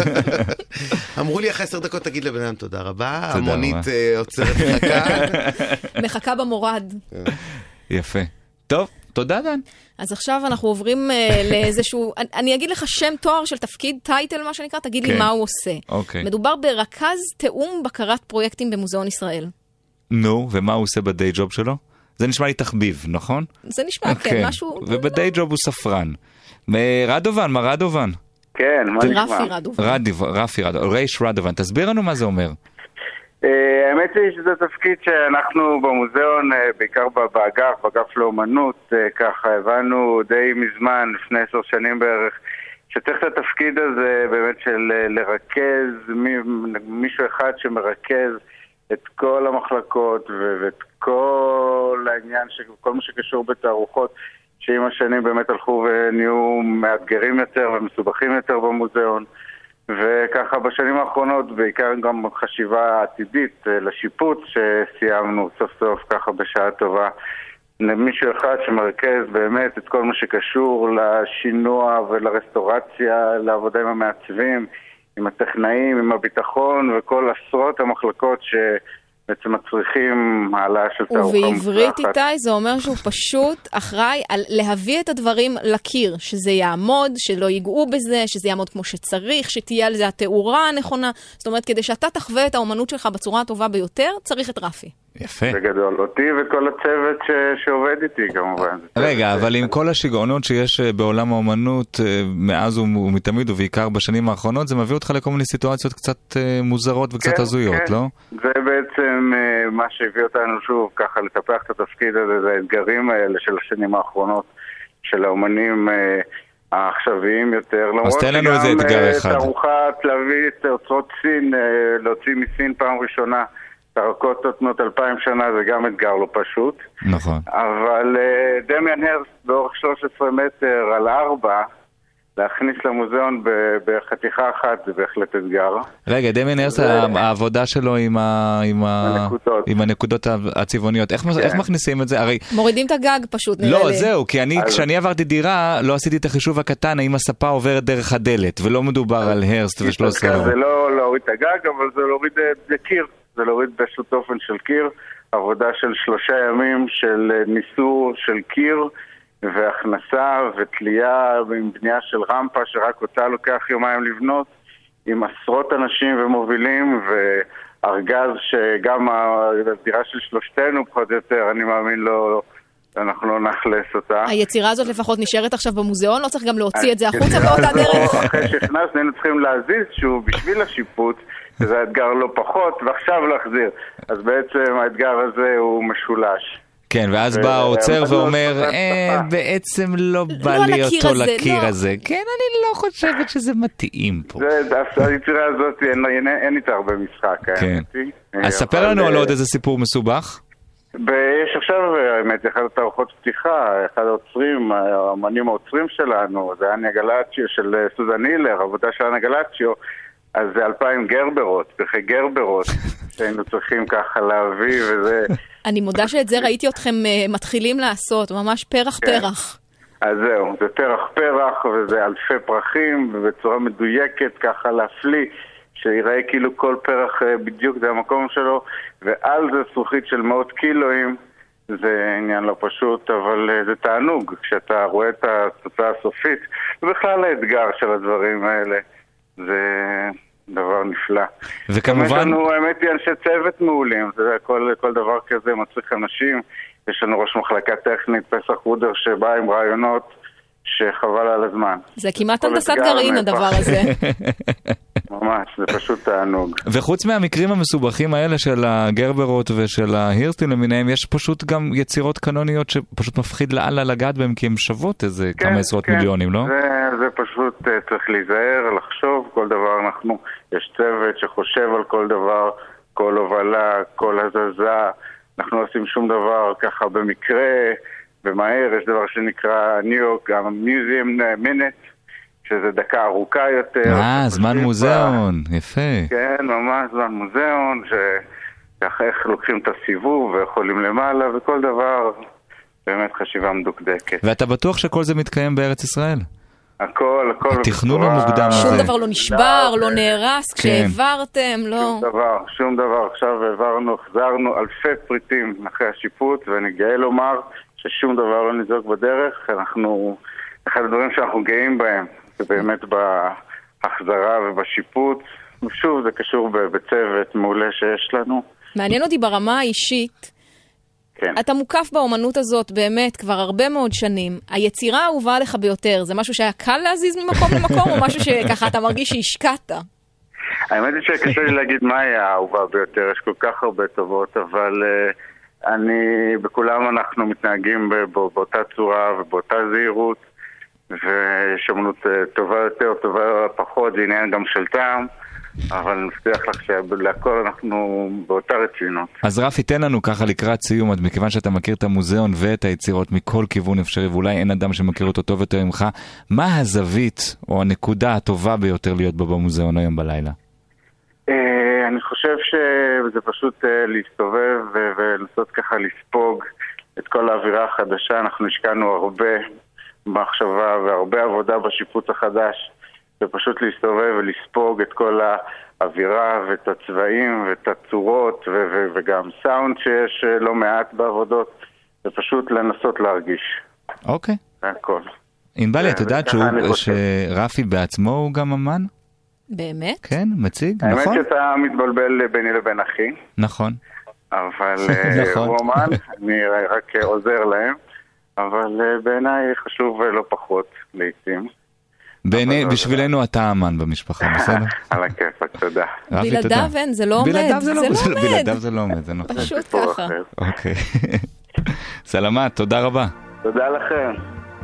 אמרו לי אחרי 10 דקות, תגיד לבן אדם תודה רבה, המונית עוצרת מחכה. מחכה במורד. יפה. טוב, תודה דן. אז עכשיו אנחנו עוברים לאיזשהו, אני אגיד לך שם תואר של תפקיד, טייטל מה שנקרא, תגיד לי מה הוא עושה. מדובר ברכז תאום בקרת פרויקטים במוזיאון ישראל. נו, ומה הוא עושה בדיי ג'וב שלו? זה נשמע לי תחביב, נכון? זה נשמע, כן, משהו... ובדיי ג'וב הוא ספרן. רדובן, מה רדובן? כן, מה נשמע? רפי רדובן, רייש רדובן, תסביר לנו מה זה אומר. האמת היא שזה תפקיד שאנחנו במוזיאון, בעיקר באגף לאומנות, ככה הבנו די מזמן, לפני 10 שנים בערך, שצריך את התפקיד הזה באמת של לרכז, מישהו אחד שמרכז את כל המחלקות ואת כל העניין, כל מה שקשור בתערוכות, שעם השנים באמת הלכו ונהיו מאתגרים יותר ומסובכים יותר במוזיאון. וככה בשנים האחרונות, בעיקר גם חשיבה עתידית לשיפוץ שסיימנו סוף סוף ככה בשעה טובה, למישהו אחד שמרכז באמת את כל מה שקשור לשינוע ולרסטורציה, לעבודה עם המעצבים, עם הטכנאים, עם הביטחון וכל עשרות המחלקות שבעצם מצריכים העלאה של תערוכה מוצלחת. ובעברית איתי זה אומר שהוא פשוט אחראי על להביא את הדברים לקיר, שזה יעמוד, שלא ייגעו בזה, שזה יעמוד כמו שצריך, שתהיה על זה התאורה הנכונה. זאת אומרת, כדי שאתה תחווה את האומנות שלך בצורה הטובה ביותר, צריך את רפי. יפה. זה גדול. אותי וכל הצוות שעובד איתי כמובן. רגע, אבל עם כל השיגעונות שיש בעולם האומנות מאז ומתמיד ובעיקר בשנים האחרונות, זה מביא אותך לכל מיני סיטואציות קצת מוזרות וקצת הזויות, לא? זה בעצם מה שהביא אותנו שוב ככה לטפח את התפקיד הזה, זה האתגרים האלה של השנים האחרונות של האומנים העכשוויים יותר. אז תן לנו איזה אתגר אחד. תערוכה תלווית, אוצרות סין, להוציא מסין פעם ראשונה תערוכות תנות 2000 שנה, זה גם אתגר לא פשוט. נכון. אבל דמיאן הרסט באורך 13 מטר על 4, להכניס למוזיאון בחתיכה אחת זה בהחלט אתגר. רגע, דמיאן הרסט, העבודה שלו עם הנקודות הצבעוניות, איך מכניסים את זה? מורידים את הגג פשוט, נראה לי. לא, זהו, כי כשאני עברתי דירה, לא עשיתי את החישוב הקטן, האם הספה עוברת דרך הדלת, ולא מדובר על הרסט ו13. זה לא להוריד את הגג, אבל זה להוריד את קיר. זה להוריד פשוט אופן של קיר, עבודה של 3 ימים של ניסור של קיר והכנסה ותלייה עם בנייה של רמפה שרק אותה לוקח יומיים לבנות, עם עשרות אנשים ומובילים וארגז שגם הדירה של שלושתנו פחות או יותר, אני מאמין לא, אנחנו לא נחלס אותה. היצירה הזאת לפחות נשארת עכשיו במוזיאון, לא צריך גם להוציא את זה החוצה באותה דרך? אחרי שהכנסנו היינו צריכים להזיז שהוא בשביל השיפוט, שזה האתגר לא פחות, ועכשיו להחזיר. אז בעצם האתגר הזה הוא משולש. כן, ואז בא העוצר ואומר, בעצם לא בא לי אותו לקיר הזה. כן, אני לא חושבת שזה מתאים פה. היצירה הזאת, אין איתה הרבה משחק. אז ספר לנו על עוד איזה סיפור מסובך. יש עכשיו, האמת, אחד התערוכות פתיחה, אחד העוצרים, האמנים העוצרים שלנו, זה אניה גלאצ'יו של סוזן הילר, עבודה של אניה גלאצ'יו, אז זה 2000 גרברות, פרחי גרברות, שהיינו צריכים ככה להביא, וזה אני מודה שאת זה ראיתי אתכם מתחילים לעשות, ממש פרח. אז זהו, זה פרח וזה אלפי פרחים, ובצורה מדויקת ככה להפליא, שיראה כאילו כל פרח בדיוק זה המקום שלו, ועל זה זכוכית של 100 קילואים, זה עניין לא פשוט, אבל זה תענוג כשאתה רואה את התוצאה הסופית, ובכלל האתגר של הדברים האלה, זה דבר נפלא. וכמובן... יש לנו, האמת היא, אנשי צוות מעולים, זה כל דבר כזה מצריך אנשים, יש לנו ראש מחלקה טכנית, פסח רודר, שבא עם רעיונות שחבל על הזמן. זה כמעט הנדסת גרעין הדבר הזה. ממש, זה פשוט תענוג. וחוץ מהמקרים המסובכים האלה של הגרברות ושל ההירסטים למיניהם, יש פשוט גם יצירות קנוניות שפשוט מפחיד לאללה לגעת בהם, כי הם שוות איזה כמה עשרות מיליונים, לא? זה פשוט צריך להיזהר, לחשוב, כל דבר יש צוות שחושב על כל דבר, כל הובלה, כל הזזה, אנחנו לא עושים שום דבר ככה במקרה, במהר, יש דבר שנקרא ניו יורק, Museum Minute, שזה דקה ארוכה יותר. זמן מוזיאון, יפה. כן, ממש זמן מוזיאון, שככה איך לוקחים את הסיבוב ויכולים למעלה, וכל דבר באמת חשיבה מדוקדקת. ואתה בטוח שכל זה מתקיים בארץ ישראל? הכל. התכנון המוקדם הזה. שום דבר לא נשבר, לא נהרס, כשהעברתם, לא... שום דבר. עכשיו החזרנו אלפי פריטים אחרי השיפוט, ואני גאה לומר ששום דבר לא נזרוק בדרך. אחד הדברים שאנחנו גאים בהם, זה באמת בהחזרה ובשיפוט. ושוב, זה קשור בצוות מעולה שיש לנו. מעניין אותי ברמה האישית, כן. אתה מוקף באומנות הזאת באמת כבר הרבה מאוד שנים. היצירה האהובה עליך ביותר, זה משהו שהיה קל להזיז ממקום למקום, או משהו שככה אתה מרגיש שהשקעת? האמת היא שקשה לי להגיד מה היה האהובה ביותר, יש כל כך הרבה טובות, אבל בכולם אנחנו מתנהגים באותה צורה ובאותה זהירות, ויש אומנות טובה יותר, טובה פחות, זה עניין גם של טעם, אבל אני מבטיח לך שלהכל אנחנו באותה רצינות. אז רפי, תן לנו ככה לקראת סיום, מכיוון שאתה מכיר את המוזיאון ואת היצירות מכל כיוון אפשרי, ואולי אין אדם שמכיר אותו טוב יותר ממך, מה הזווית או הנקודה הטובה ביותר להיות בה במוזיאון היום בלילה? אני חושב שזה פשוט להסתובב ולנסות ככה לספוג את כל האווירה החדשה. אנחנו השקענו הרבה מחשבה והרבה עבודה בשיפוץ החדש, ופשוט להסתובב ולספוג את כל האווירה ואת הצבעים ואת הצורות וגם סאונד שיש לא מעט בעבודות, ופשוט לנסות להרגיש. אוקיי. זה הכל. ענבלי, את יודעת שרפי בעצמו הוא גם אמן? באמת? כן, מציג, האמת נכון? האמת שאתה מתבלבל ביני לבין אחי. נכון. אבל הוא אמן, אני רק עוזר להם, אבל בעיניי חשוב לא פחות לעתים. בשבילנו אתה אמן במשפחה, בסדר? על הכיפק, תודה. בלעדיו אין, זה לא עומד. בלעדיו זה לא עומד, זה נכון. פשוט ככה. אוקיי. סלמת, תודה רבה. תודה לכם.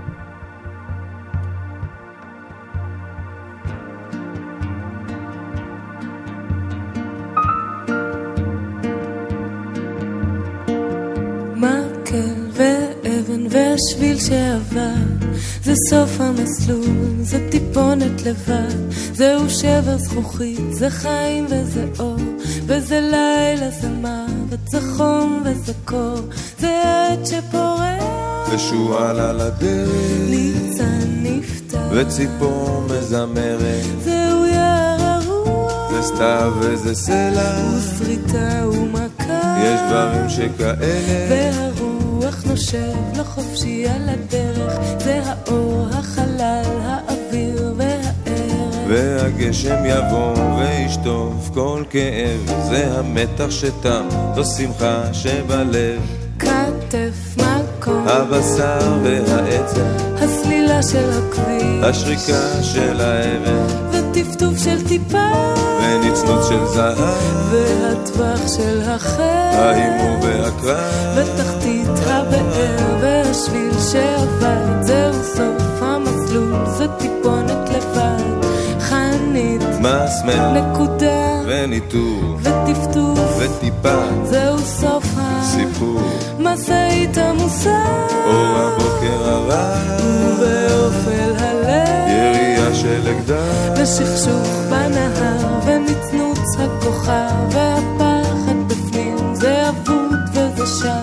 מקל ואבן והשביל שעבר, זה סוף המסלול, זה טיפונת לבד, זהו שבר זכוכית, זה חיים וזה אור, וזה לילה זה מוות, זה חום וזה קור, זה עת שפורח ושועל על הדרך, ניצן נפתח וציפור מזמרת, זהו יער הרוח, זה סתיו וזה סלע, וסריטה ומכה, יש דברים שכאלה, והרוח נושב לחופשי על הדרך, זה האור, החלל, האוויר והערך, והגשם יבוא וישטוף כל כאב, זה המתח שתם, זו שמחה שבלב, כתף מקום, הבשר והעצם, הסלילה של הכביש, השריקה של האבן, וטפטוף של טיפה, ונצנות של זהב, והטווח של החל, ההימור והקרב, בתחתית הבאר והשביל שעבד, זהו סוף המסלול, זה טיפונת לבד, חנית, מסמר, נקודה, וניתור, וטפטוף, וטיפה, זהו סוף סיפור, מסעית המוסר, אור הבוקר הרב, ובאופל הלב, ירייה של אקדח, ושכשוך בנהר, ומצנוץ הכוכב, והפחד בפנים, זה אבוד וזה שם,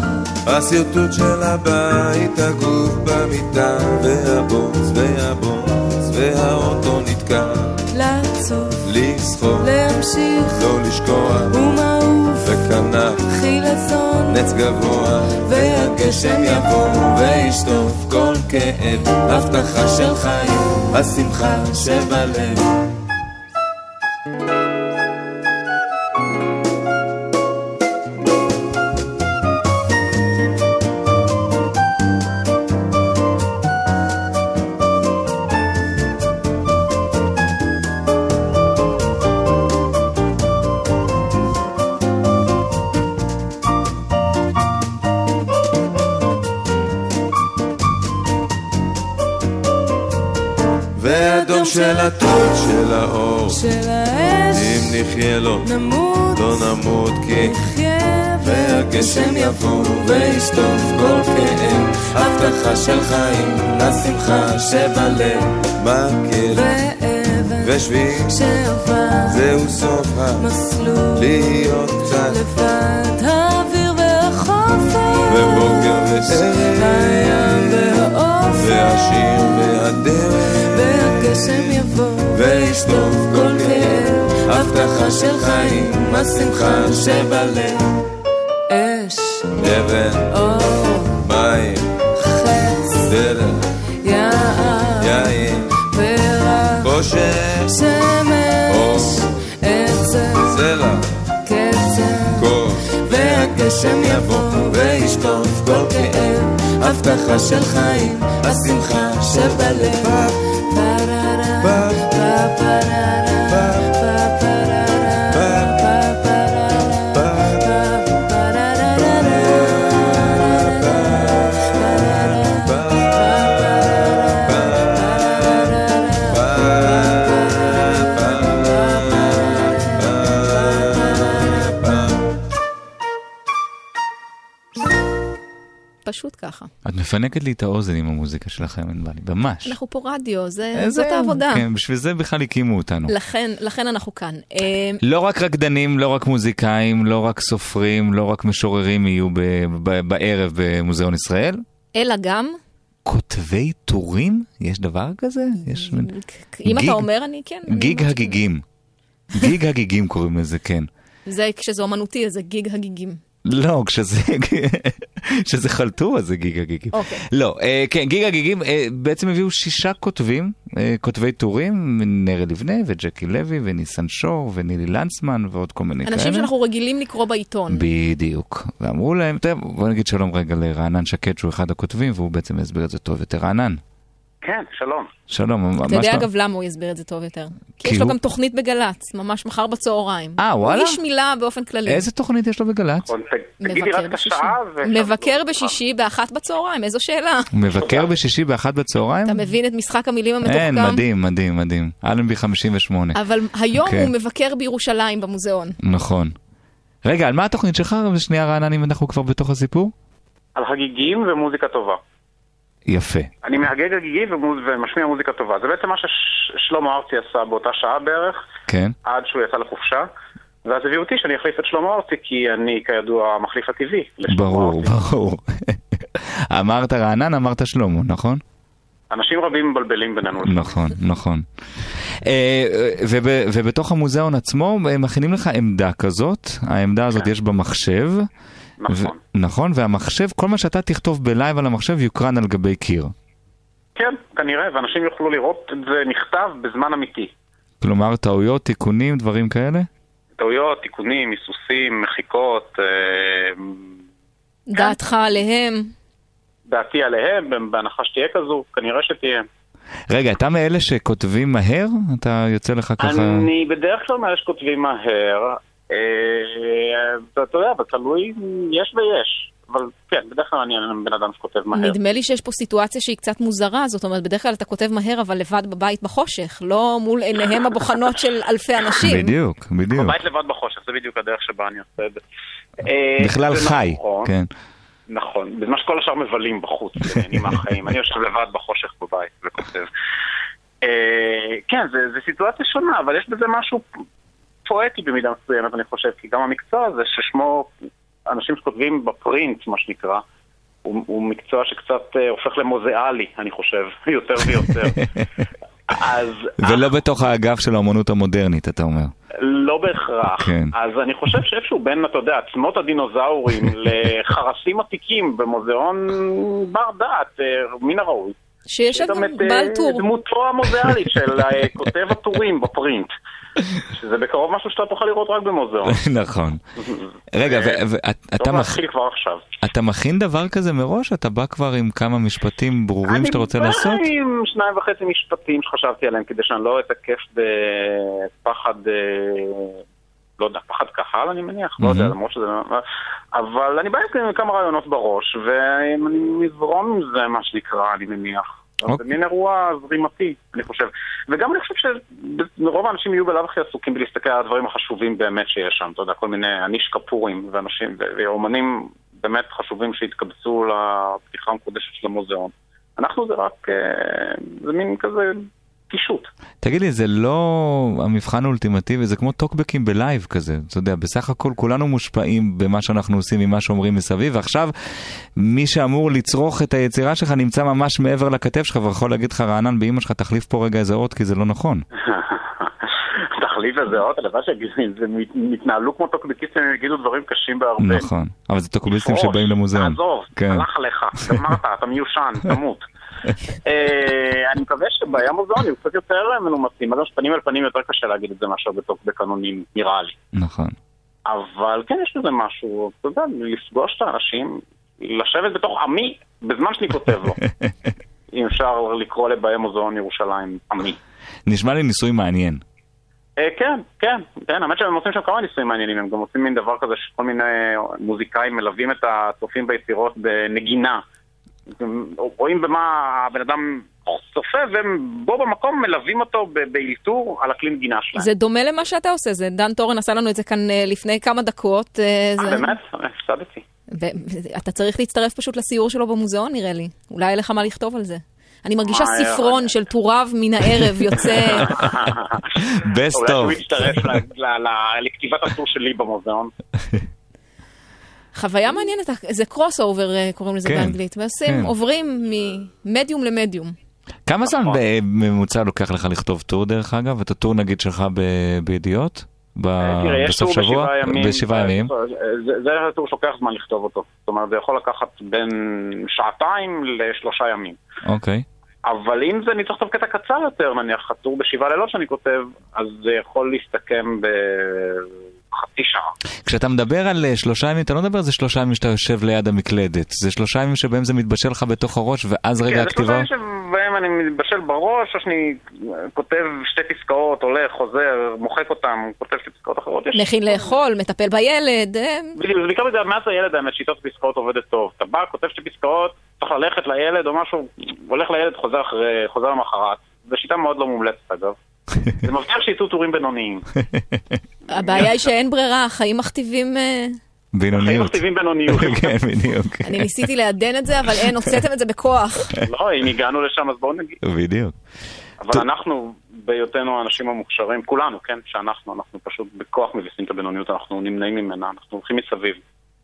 הסרטוט של הבית, הגוף במיטה, והבוץ והאוטו נתקע. לעצוב, לסחוב, להמשיך, לא לשקוע, ומעוף, וכנף, חילזון, נץ גבוה, והגשם יבוא וישטוף כל כאב, הבטחה של חיים, השמחה שבלב. של הטוד של האור, של האש, אם נחיה לו, נמות, לא נמות כי נחיה, והגשם יבוא וישטוף כל כאב, הבטחה של חיים, השמחה שבלב, מקל ואבן ושביל שעבר, זהו סוף המסלול, להיות קצת לבד האוויר והחופש, ובוקר וערב, הים והאופק, והשיר והדרך, והגשם יבוא וישטוף כל כאב, הבטחה של חיים, השמחה שבלב. אש, אבן, אור, מים, חץ, דרך, יער, יין, פרח, חושך, שמש, עצם, זרע, קצר, קור, והגשם יבוא וישטוף כל כאב, הבטחה של חיים, השמחה שבלב. פשוט ככה. את מפנקת לי את האוזן עם המוזיקה שלכם, אין בעלי, ממש. אנחנו פה רדיו, זאת העבודה. כן, בשביל זה בכלל הקימו אותנו. לכן אנחנו כאן. לא רק רקדנים, לא רק מוזיקאים, לא רק סופרים, לא רק משוררים יהיו בערב במוזיאון ישראל. אלא גם... כותבי טורים? יש דבר כזה? אם אתה אומר, אני כן. גיג הגיגים. גיג הגיגים קוראים לזה, כן. זה כשזה אומנותי, זה גיג הגיגים. לא, כשזה חלטורה זה גיג הגיגים. לא, כן, גיג הגיגים בעצם הביאו 6 כותבים, כותבי טורים, נרי לבנה וג'קי לוי וניסן שור ונילי לנצמן ועוד כל מיני כאלה. אנשים שאנחנו רגילים לקרוא בעיתון. בדיוק. ואמרו להם, בוא נגיד שלום רגע לרענן שקד שהוא אחד הכותבים, והוא בעצם יסביר את זה טוב יותר. רענן. כן, שלום. שלום. אתה יודע אגב למה הוא יסביר את זה טוב יותר? כי יש לו גם תוכנית בגלץ, ממש מחר בצהריים. וואלה? הוא איש מילה באופן כללי. איזה תוכנית יש לו בגלץ? תגידי רק את השעה. מבקר בשישי ב1 בצהריים, איזו שאלה. מבקר בשישי ב1 בצהריים? אתה מבין את משחק המילים המתוחכם? אין, מדהים. אלנבי 58. אבל היום הוא מבקר בירושלים במוזיאון. נכון. רגע, על מה התוכנית שלך? ושנייה רענן, אם אנחנו כבר בתוך הסיפור? על חגיגים ומוזיקה טובה. יפה. אני מהגג הגיגי ומשמיע מוזיקה טובה. זה בעצם מה ששלמה ארצי עשה באותה שעה בערך, כן. עד שהוא יצא לחופשה, ואז הביאו אותי שאני אחליף את שלמה ארצי, כי אני כידוע המחליף הטבעי לשלמה ארצי. ברור. אמרת רענן, אמרת שלמה, נכון? אנשים רבים מבלבלים בינינו. נכון. ובתוך המוזיאון עצמו מכינים לך עמדה כזאת, העמדה הזאת יש בה מחשב, נכון, והמחשב, כל מה שאתה תכתוב בלייב על המחשב יוקרן על גבי קיר. כן, כנראה, ואנשים יוכלו לראות את זה נכתב בזמן אמיתי. כלומר, טעויות, תיקונים, דברים כאלה? טעויות, תיקונים, היסוסים, מחיקות. דעתך עליהם? דעתי עליהם, בהנחה שתהיה כזו, כנראה שתהיה. רגע, אתה מאלה שכותבים מהר? אתה יוצא לך ככה... אני בדרך כלל מאלה שכותבים מהר. אתה יודע, בתלוי יש ויש. אבל כן, בדרך כלל אני בן אדם שכותב מהר. נדמה לי שיש פה סיטואציה שהיא קצת מוזרה, זאת אומרת, בדרך כלל אתה כותב מהר, אבל לבד בבית בחושך, לא מול עיניהם הבוחנות של אלפי אנשים. בדיוק. בבית לבד בחושך, זה בדיוק הדרך שבה אני עושה את זה. בכלל חי, כן. נכון, בזמן שכל השאר מבלים בחוץ, אני מהחיים, אני יושב לבד בחושך בבית וכותב. כן, זה סיטואציה שונה, אבל יש בזה משהו פואטי במידה מסוימת, אני חושב, כי גם המקצוע הזה ששמו אנשים שכותבים בפרינט, מה שנקרא, הוא מקצוע שקצת הופך למוזיאלי, אני חושב, יותר ויותר. ולא בתוך האגף של האמנות המודרנית, אתה אומר. לא בהכרח. כן. אז אני חושב שאיפשהו בין, אתה יודע, עצמות הדינוזאורים לחרסים עתיקים במוזיאון בר דעת, מן הראוי. שיש שם בעל טור. דמותו המוזיאלית של כותב הטורים בפרינט. שזה בקרוב משהו שאתה תוכל לראות רק במוזיאון. נכון. רגע, אתה מכין דבר כזה מראש? אתה בא כבר עם כמה משפטים ברורים שאתה רוצה לעשות? אני בא עם 2.5 משפטים שחשבתי עליהם, כדי שאני לא אתעקף בפחד, לא יודע, פחד קהל אני מניח, לא יודע, למרות שזה... אבל אני בא עם כמה רעיונות בראש, ואני מזרום עם זה, מה שנקרא, אני מניח. זה מין אירוע זרימתי, אני חושב. וגם אני חושב שרוב האנשים יהיו בלב הכי עסוקים בלהסתכל על הדברים החשובים באמת שיש שם. אתה יודע, כל מיני אניש כפורים ואנשים, ואומנים באמת חשובים שהתקבצו לפתיחה המקודשת של המוזיאון. אנחנו זה רק, זה מין כזה קישוט. תגיד לי, זה לא המבחן האולטימטיבי, זה כמו טוקבקים בלייב כזה. אתה יודע, בסך הכל כולנו מושפעים במה שאנחנו עושים, ממה שאומרים מסביב, ועכשיו מי שאמור לצרוך את היצירה שלך נמצא ממש מעבר לכתף שלך, ויכול להגיד לך, רענן, באמא שלך, תחליף פה רגע איזה אות, כי זה לא נכון. תחליף איזה אות, הלוואי שזה מתנהלו כמו טוקבקיסטים, הם יגידו דברים קשים בהרבה. נכון, אבל זה טוקבקיסטים שבאים למוזיאון. עזוב, הלך עליך, גמרת, אתה מיושן, תמות. אני מקווה שבעיה מוזיאון יהיו קצת יותר מנומסים, אז פנים אל פנים יותר קשה להגיד את זה מאשר בטוקבק אנונימי, נראה לי. נכון. אבל כן יש לזה משהו, אתה יודע, לפגוש את האנשים, לשבת בתוך עמי בזמן שאני כותב לו. אם אפשר לקרוא לבעיה מוזיאון ירושלים עמי. נשמע לי ניסוי מעניין. כן, האמת שהם עושים שם כמה ניסויים מעניינים, הם גם עושים מין דבר כזה שכל מיני מוזיקאים מלווים את הצופים ביצירות בנגינה. רואים במה הבן אדם צופה, והם בו במקום מלווים אותו באילתור על הכלי נגינה שלהם. זה דומה למה שאתה עושה, זה דן טורן עשה לנו את זה כאן לפני כמה דקות. באמת? הפסדתי. אתה צריך להצטרף פשוט לסיור שלו במוזיאון, נראה לי. אולי אין לך מה לכתוב על זה. אני מרגישה ספרון של טוריו מן הערב יוצא... בסט אולי טוב. הוא יצטרף לכתיבת הטור שלי במוזיאון. חוויה מעניינת, זה קרוס אובר קוראים לזה באנגלית, ועושים, עוברים ממדיום למדיום. כמה זמן בממוצע לוקח לך לכתוב טור דרך אגב? את הטור נגיד שלך בידיעות? בסוף שבוע? ב7 ימים? זה הטור שלוקח זמן לכתוב אותו. זאת אומרת, זה יכול לקחת בין 2 ל3 ימים. אוקיי. אבל אם זה אני צריך לכתוב קטע קצר יותר, נניח הטור ב7 לילות שאני כותב, אז זה יכול להסתכם חצי שעה. כשאתה מדבר על 3 ימים, אתה לא מדבר על זה 3 ימים שאתה יושב ליד המקלדת. זה 3 ימים שבהם זה מתבשל לך בתוך הראש, ואז רגע הכתיבה... כן, זה 3 ימים שבהם אני מתבשל בראש, או שאני כותב 2 פסקאות, הולך, חוזר, מוחק אותם, כותב 2 פסקאות אחרות. מכין לאכול, מטפל בילד. בדיוק, זה בעיקר בזה, מאז הילד, האמת, שיטות פסקאות עובדת טוב. אתה בא, כותב 2 פסקאות, צריך ללכת לילד או משהו, הולך לילד, חוזר למחרת. זו שיטה מאוד לא מומלצת, אגב. זה מבטיח שיצאו טורים בינוניים. הבעיה היא שאין ברירה, החיים מכתיבים... בינוניות. החיים מכתיבים בינוניות. כן, בדיוק. אני ניסיתי לעדן את זה, אבל אין, הוצאתם את זה בכוח. לא, אם הגענו לשם, אז בואו נגיד. בדיוק. אבל אנחנו, בהיותנו האנשים המוכשרים, כולנו, כן, שאנחנו פשוט בכוח מביסים את הבינוניות, אנחנו נמנעים ממנה, אנחנו הולכים מסביב.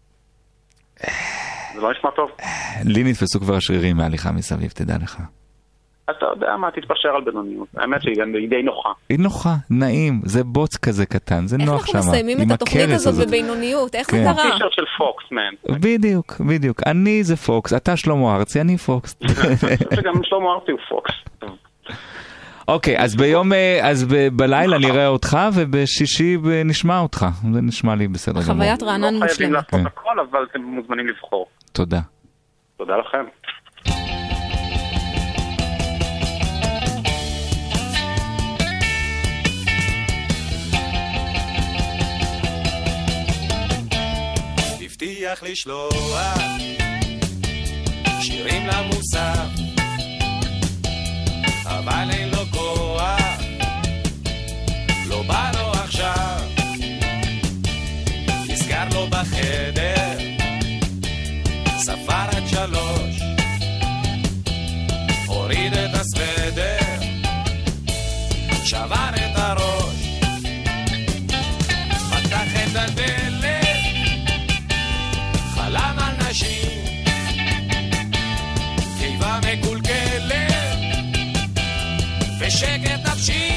זה לא נשמע טוב. לי נתפסו כבר השרירים מהליכה מסביב, תדע לך. אתה יודע מה, תתפשר על בינוניות. האמת שהיא די נוחה. היא נוחה, נעים, זה בוץ כזה קטן, זה נוח שם. איך אנחנו מסיימים את התוכנית הזאת בבינוניות? איך זה קרה? טישרט של פוקס, מן. בדיוק. אני זה פוקס, אתה שלמה ארצי, אני פוקס. שגם שלמה ארצי הוא פוקס. אוקיי, אז בלילה נראה אותך, ובשישי נשמע אותך. זה נשמע לי בסדר גמור. חוויית רענן מושלמת. לא חייבים לעשות הכל, אבל אתם מוזמנים לבחור. תודה. תודה לכם. הבטיח לשלוח שירים למוסף, אבל אין לו כוח, לא בא לו עכשיו, נסגר לו בחדר, ספר עד 3, הוריד את הסוודר, שבר את הראש, פתח את הדלת, חלם על נשים, בשקט נפשי.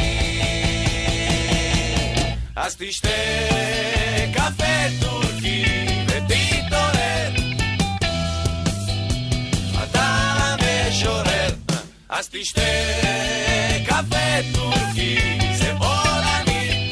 אז תשתה קפה טורקי ותתעורר, אתה המשורר. אז תשתה קפה טורקי, זה עולמי.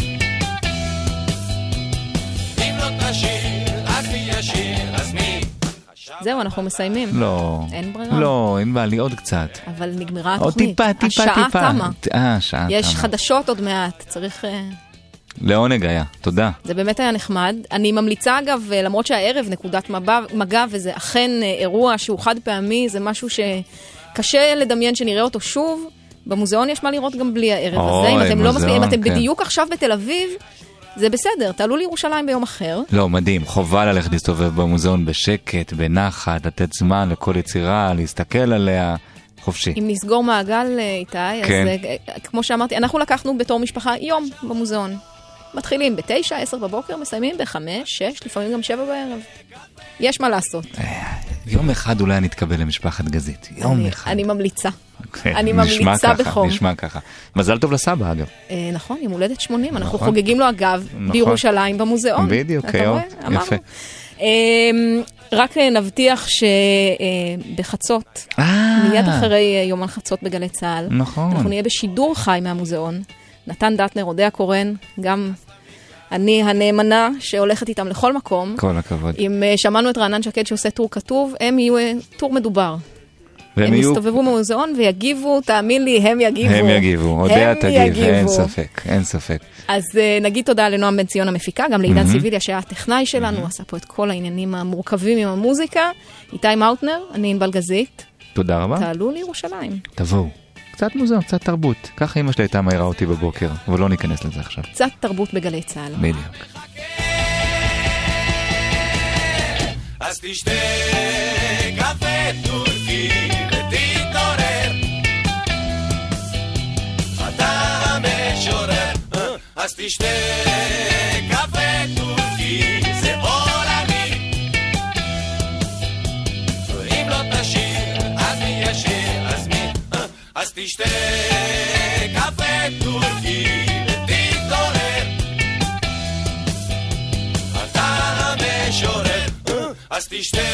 אם לא תשיר, אז מי ישיר, אז מי? זהו, אנחנו מסיימים. לא. אין ברירה. לא, אין בעלי עוד קצת. אבל נגמרה עוד התוכנית. טיפה. השעה תמה. השעה תמה. יש חדשות עוד מעט, צריך... לעונג היה, תודה. זה באמת היה נחמד. אני ממליצה אגב, למרות שהערב נקודת מגע, וזה אכן אירוע שהוא חד פעמי, זה משהו שקשה לדמיין שנראה אותו שוב. במוזיאון יש מה לראות גם בלי הערב הזה. אם אתם לא מספיקים, אם אתם בדיוק עכשיו בתל אביב, זה בסדר, תעלו לירושלים ביום אחר. לא, מדהים, חובה ללכת להסתובב במוזיאון בשקט, בנחת, לתת זמן לכל יצירה, להסתכל עליה, חופשי. אם נסגור מעגל איתי, כן. אז כמו שאמרתי, אנחנו לקחנו בתור משפחה יום במוזיאון. מתחילים ב-9, 10 בבוקר, מסיימים ב-5, 6, לפעמים גם 7 בערב. יש מה לעשות. יום אחד אולי נתקבל למשפחת גזית. יום אחד. אני ממליצה. אני ממליצה בחום. נשמע ככה. מזל טוב לסבא, אגב. נכון, יום הולדת 80. אנחנו חוגגים לו, אגב, בירושלים במוזיאון. בדיוק, היום. יפה. רק נבטיח שבחצות, מיד אחרי יומן חצות בגלי צהל, אנחנו נהיה בשידור חי מהמוזיאון. נתן דטנר, אודיה קורן, גם אני הנאמנה שהולכת איתם לכל מקום. כל הכבוד. אם שמענו את רענן שקד שעושה טור כתוב, הם יהיו טור מדובר. הם יסתובבו במוזיאון ויגיבו, תאמין לי, הם יגיבו. הם יגיבו, אודיה תגיב, אין ספק, אין ספק. אז נגיד תודה לנועם בן ציון המפיקה, גם לעידן סיביליה שהיה הטכנאי שלנו, עשה פה את כל העניינים המורכבים עם המוזיקה. איתי מאוטנר, אני ענבל גזית. תודה רבה. תעלו לירושלים. תבואו. קצת מוזיאון, קצת תרבות. ככה אמא שלי הייתה מהירה אותי בבוקר, אבל לא ניכנס לזה עכשיו. קצת תרבות בגלי צהל. בדיוק. אז תשתה קפה טורקי ותתעורר, אתה המשורר. אז תשתה קפה טורקי, זה עולמי. אם לא תשיר, אז מי ישיר, אז מי? אז תשתה קפה טורקי ותתעורר, אתה המשורר. אז תשתה